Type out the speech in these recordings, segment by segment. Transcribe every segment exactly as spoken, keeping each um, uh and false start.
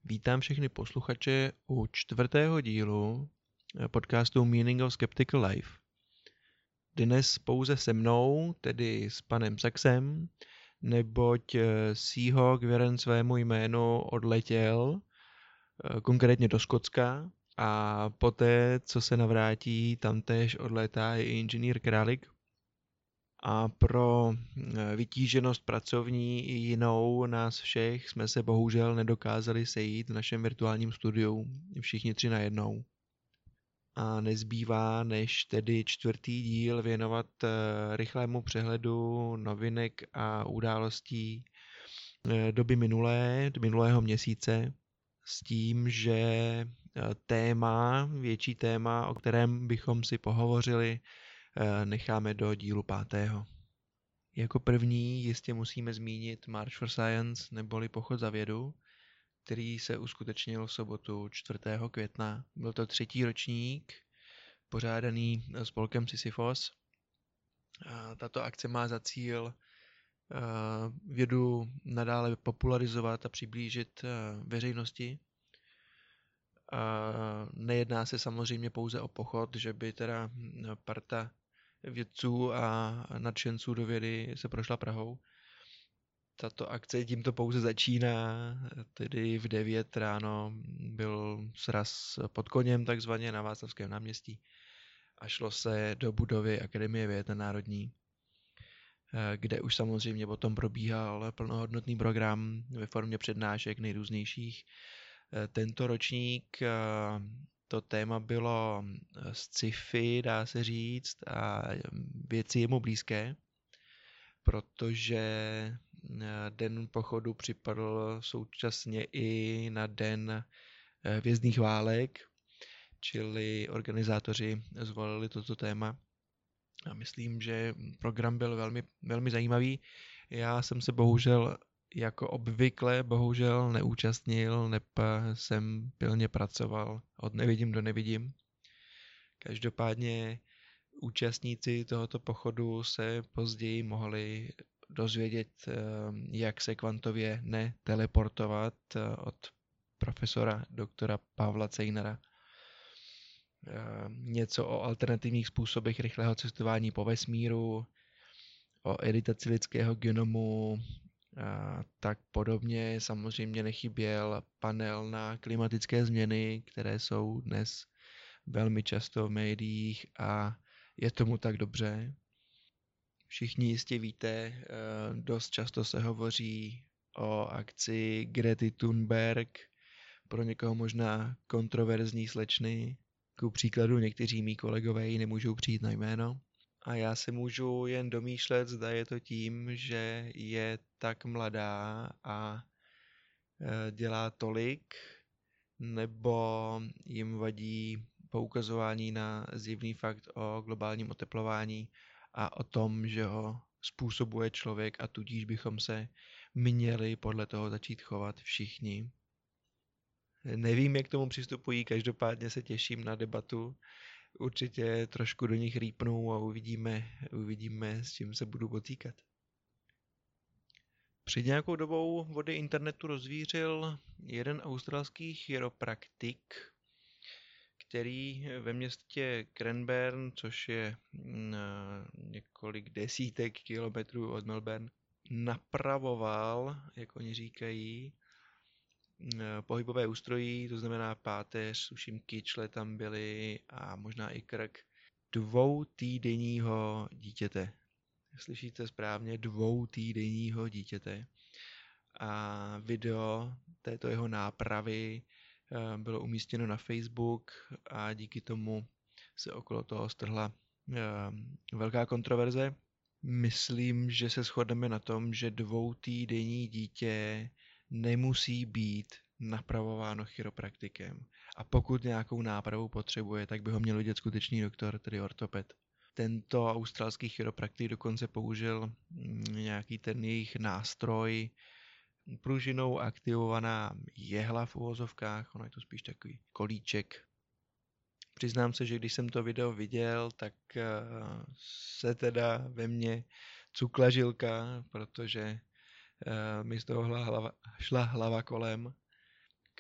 Vítám všechny posluchače u čtvrtého dílu podcastu Meaning of Skeptical Life. Dnes pouze se mnou, tedy s panem Saxem, neboť Seahawk věren svému jménu odletěl, konkrétně do Skotska, a poté, co se navrátí, tamtéž odlétá i inženýr Králik. A pro vytíženost pracovní i jinou nás všech jsme se bohužel nedokázali sejít v našem virtuálním studiu, všichni tři najednou. A nezbývá, než tedy čtvrtý díl věnovat rychlému přehledu novinek a událostí doby minulé, minulého měsíce, s tím, že téma, větší téma, o kterém bychom si pohovořili, necháme do dílu pátého. Jako první jistě musíme zmínit March for Science, neboli Pochod za vědu, který se uskutečnil v sobotu čtvrtého května. Byl to třetí ročník, pořádaný spolkem Sisyphos. Tato akce má za cíl vědu nadále popularizovat a přiblížit veřejnosti. Nejedná se samozřejmě pouze o pochod, že by teda parta vědců a nadšenců do vědy se prošla Prahou. Tato akce tímto pouze začíná, tedy v devět ráno byl sraz pod koněm takzvaně na Václavském náměstí a šlo se do budovy Akademie věd národní, kde už samozřejmě potom probíhal plnohodnotný program ve formě přednášek nejrůznějších. Tento ročník to téma bylo sci-fi, dá se říct, a věci jemu blízké, protože den pochodu připadl současně i na den hvězdných válek, čili organizátoři zvolili toto téma. A myslím, že program byl velmi, velmi zajímavý. Já jsem se bohužel jako obvykle bohužel neúčastnil, neb jsem pilně pracoval od nevidím do nevidím. Každopádně účastníci tohoto pochodu se později mohli dozvědět, jak se kvantově neteleportovat od profesora doktora Pavla Cejnera. Něco o alternativních způsobech rychlého cestování po vesmíru, o editaci lidského genomu, a tak podobně. Samozřejmě nechyběl panel na klimatické změny, které jsou dnes velmi často v médiích a je tomu tak dobře. Všichni jistě víte, dost často se hovoří o akci Grety Thunberg, pro někoho možná kontroverzní slečny. Ku příkladu někteří mý kolegové ji nemůžou přijít na jméno. A já se můžu jen domýšlet, zda je to tím, že je tak mladá a dělá tolik, nebo jim vadí poukazování na zjevný fakt o globálním oteplování a o tom, že ho způsobuje člověk a tudíž bychom se měli podle toho začít chovat všichni. Nevím, jak k tomu přistupují, každopádně se těším na debatu. Určitě trošku do nich rýpnou a uvidíme, uvidíme, s čím se budu potýkat. Před nějakou dobou vody internetu rozvířil jeden australský chiropraktik, který ve městě Cranbourne, což je na několik desítek kilometrů od Melbourne, napravoval, jak oni říkají, pohybové ústrojí, to znamená páteř, tuším kyčle tam byly a možná i krk, dvoutýdenního dítěte. Slyšíte správně, dvoutýdenního dítěte. A video této jeho nápravy bylo umístěno na Facebook a díky tomu se okolo toho strhla velká kontroverze. Myslím, že se shodneme na tom, že dvoutýdenní dítě nemusí být napravováno chiropraktikem. A pokud nějakou nápravu potřebuje, tak by ho měl vidět skutečný doktor, tedy ortoped. Tento australský chiropraktik dokonce použil nějaký ten jejich nástroj, pružinou aktivovaná jehla v uvozovkách, ono je to spíš takový kolíček. Přiznám se, že když jsem to video viděl, tak se teda ve mně cukla žilka, protože mi z toho hlava, šla hlava kolem.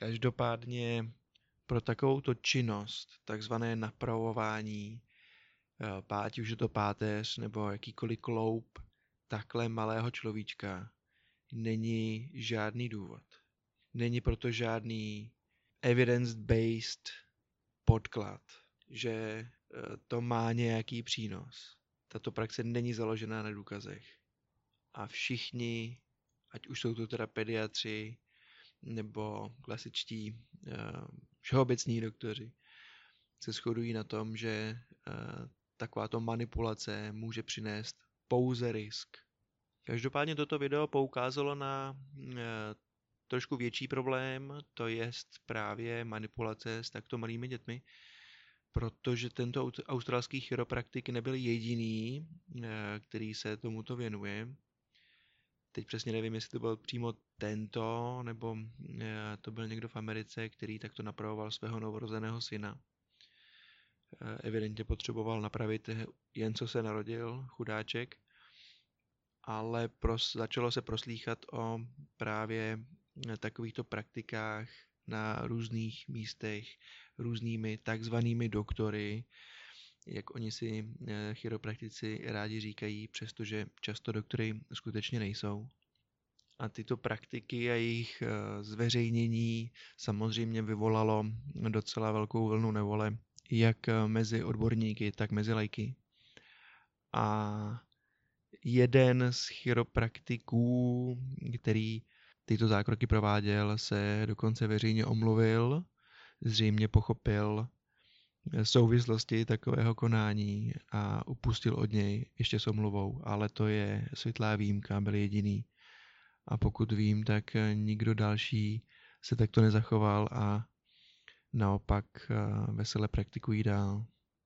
Každopádně pro takovouto činnost, takzvané napravování, ať už je to páteř nebo jakýkoliv kloup takhle malého človíčka, není žádný důvod. Není proto žádný evidence-based podklad, že to má nějaký přínos. Tato praxe není založená na důkazech. A všichni, ať už jsou to teda pediatři nebo klasičtí uh, všeobecní doktoři, se shodují na tom, že uh, takováto manipulace může přinést pouze risk. Každopádně toto video poukázalo na uh, trošku větší problém, to je právě manipulace s takto malými dětmi, protože tento australský chiropraktik nebyl jediný, uh, který se tomuto věnuje. Teď přesně nevím, jestli to byl přímo tento, nebo to byl někdo v Americe, který takto napravoval svého novorozeného syna. Evidentně potřeboval napravit jen co se narodil, chudáček, ale pros, začalo se proslýchat o právě takovýchto praktikách na různých místech, různými takzvanými doktory, jak oni si chiropraktici rádi říkají, přestože často doktory skutečně nejsou. A tyto praktiky a jejich zveřejnění samozřejmě vyvolalo docela velkou vlnu nevole, jak mezi odborníky, tak mezi laiky. A jeden z chiropraktiků, který tyto zákroky prováděl, se dokonce veřejně omluvil, zřejmě pochopil souvislosti takového konání a upustil od něj ještě s omluvou, ale to je světlá výjimka, byl jediný. A pokud vím, tak nikdo další se takto nezachoval a naopak vesele praktikují dál.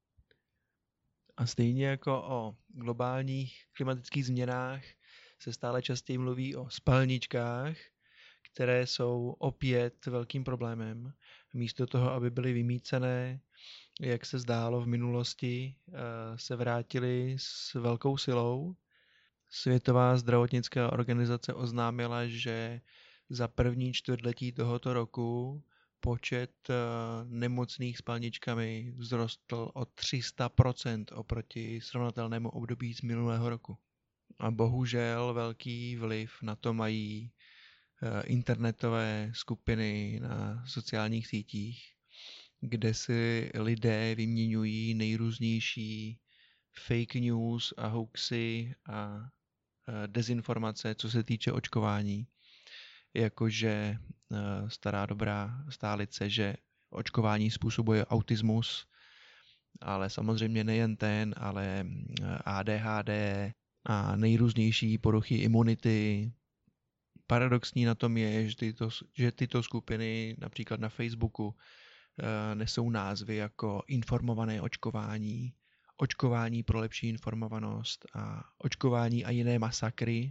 A stejně jako o globálních klimatických změnách se stále častěji mluví o spalničkách, které jsou opět velkým problémem. Místo toho, aby byly vymýcené, jak se zdálo v minulosti, se vrátily s velkou silou. Světová zdravotnická organizace oznámila, že za první čtvrtletí tohoto roku počet nemocných spalničkami vzrostl o tři sta procent oproti srovnatelnému období z minulého roku. A bohužel velký vliv na to mají internetové skupiny na sociálních sítích, kde si lidé vyměňují nejrůznější fake news a hoaxy a dezinformace, co se týče očkování. Jakože stará dobrá stálice, že očkování způsobuje autismus, ale samozřejmě nejen ten, ale A D H D a nejrůznější poruchy imunity. Paradoxní na tom je, že tyto, že tyto skupiny například na Facebooku nesou názvy jako informované očkování, očkování pro lepší informovanost a očkování a jiné masakry.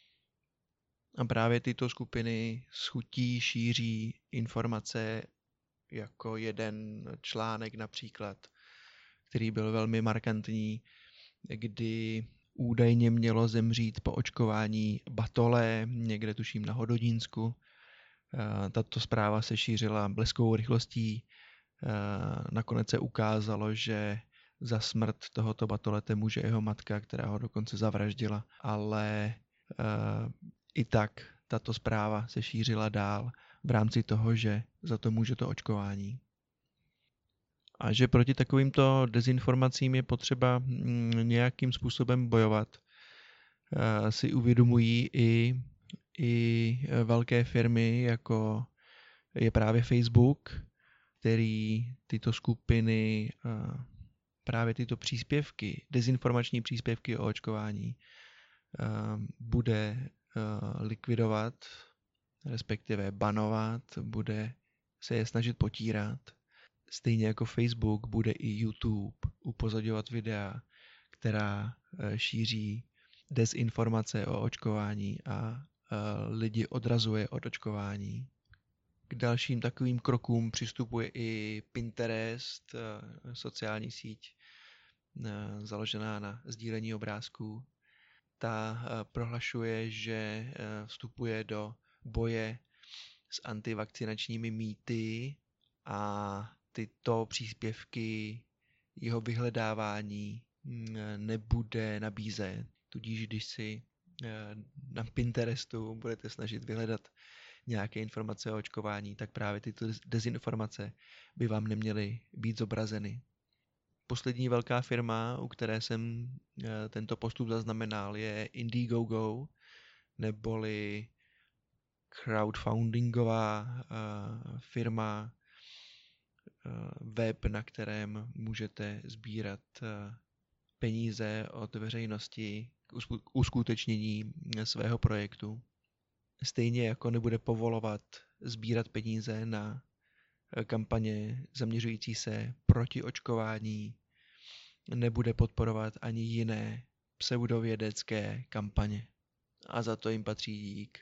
A právě tyto skupiny s chutí šíří informace jako jeden článek například, který byl velmi markantní, kdy údajně mělo zemřít po očkování batole, někde tuším na Hododínsku. Tato zpráva se šířila bleskovou rychlostí. Nakonec se ukázalo, že za smrt tohoto batolete může jeho matka, která ho dokonce zavraždila, ale i tak tato zpráva se šířila dál v rámci toho, že za to může to očkování. A že proti takovýmto dezinformacím je potřeba nějakým způsobem bojovat, si uvědomují i, i velké firmy, jako je právě Facebook, který tyto skupiny, právě tyto příspěvky, dezinformační příspěvky o očkování, bude likvidovat, respektive banovat, bude se je snažit potírat. Stejně jako Facebook bude i YouTube upozorňovat videa, která šíří dezinformace o očkování a lidi odrazuje od očkování. K dalším takovým krokům přistupuje i Pinterest, sociální síť založená na sdílení obrázků. Ta prohlašuje, že vstupuje do boje s antivakcinačními mýty a tyto příspěvky, jeho vyhledávání nebude nabízet. Tudíž když si na Pinterestu budete snažit vyhledat nějaké informace o očkování, tak právě tyto dezinformace by vám neměly být zobrazeny. Poslední velká firma, u které jsem tento postup zaznamenal, je Indiegogo, neboli crowdfundingová firma, web, na kterém můžete sbírat peníze od veřejnosti k uskutečnění svého projektu. Stejně jako nebude povolovat sbírat peníze na kampaně zaměřující se proti očkování, nebude podporovat ani jiné pseudovědecké kampaně. A za to jim patří dík.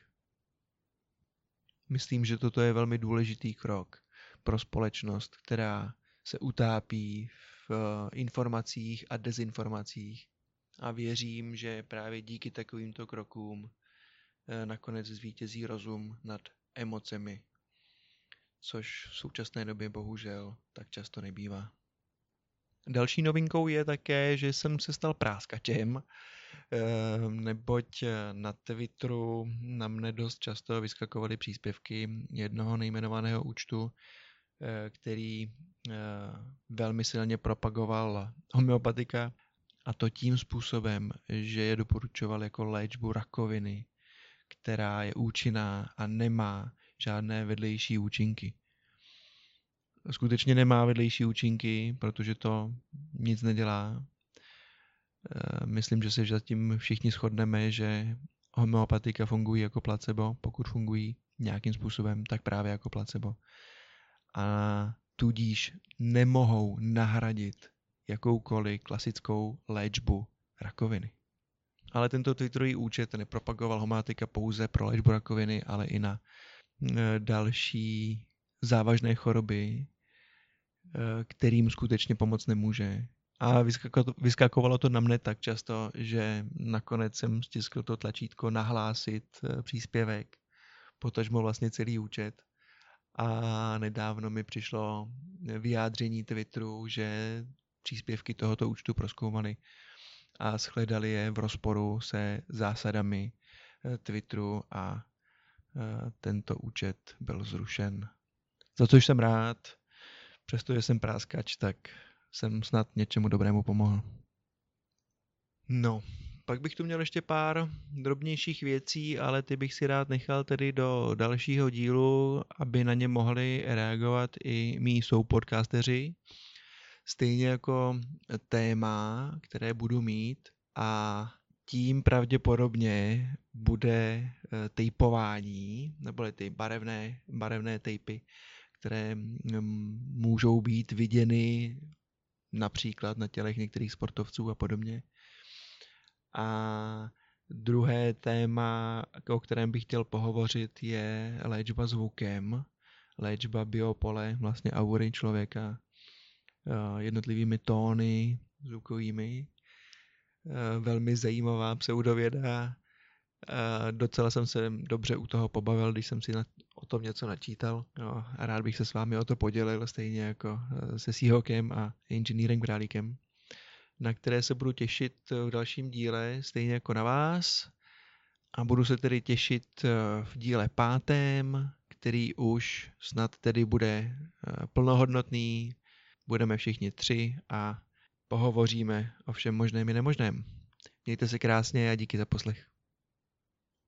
Myslím, že toto je velmi důležitý krok pro společnost, která se utápí v informacích a dezinformacích. A věřím, že právě díky takovýmto krokům nakonec zvítězí rozum nad emocemi, což v současné době bohužel tak často nebývá. Další novinkou je také, že jsem se stal práskačem, neboť na Twitteru na mne dost často vyskakovaly příspěvky jednoho nejmenovaného účtu, který velmi silně propagoval homeopatika, a to tím způsobem, že je doporučoval jako léčbu rakoviny, která je účinná a nemá žádné vedlejší účinky. Skutečně nemá vedlejší účinky, protože to nic nedělá. Myslím, že se zatím všichni shodneme, že homeopatika fungují jako placebo, pokud fungují nějakým způsobem, tak právě jako placebo. A tudíž nemohou nahradit jakoukoliv klasickou léčbu rakoviny. Ale tento twitterový účet nepropagoval homeopatika pouze pro léčbu rakoviny, ale i na další závažné choroby, kterým skutečně pomoc nemůže. A vyskakovalo to na mne tak často, že nakonec jsem stiskl to tlačítko nahlásit příspěvek, potažmo vlastně celý účet. A nedávno mi přišlo vyjádření Twitteru, že příspěvky tohoto účtu prozkoumali a shledali je v rozporu se zásadami Twitteru a tento účet byl zrušen. Za což jsem rád, přestože jsem práskač, tak jsem snad něčemu dobrému pomohl. No, pak bych tu měl ještě pár drobnějších věcí, ale ty bych si rád nechal tedy do dalšího dílu, aby na ně mohli reagovat i mí soupodcasteři. Stejně jako téma, které budu mít, a tím pravděpodobně bude tejpování, nebo ty barevné, barevné tejpy, které můžou být viděny například na tělech některých sportovců a podobně. A druhé téma, o kterém bych chtěl pohovořit, je léčba zvukem, léčba biopole, vlastně aury člověka, jednotlivými tóny zvukovými. Velmi zajímavá pseudověda. Docela jsem se dobře u toho pobavil, když jsem si o tom něco načítal. No, a rád bych se s vámi o to podělil, stejně jako se Seahawkem a Inženýrem Králíkem, na které se budu těšit v dalším díle, stejně jako na vás. A budu se tedy těšit v díle pátém, který už snad tedy bude plnohodnotný. Budeme všichni tři a pohovoříme o všem možném i nemožném. Mějte se krásně a díky za poslech.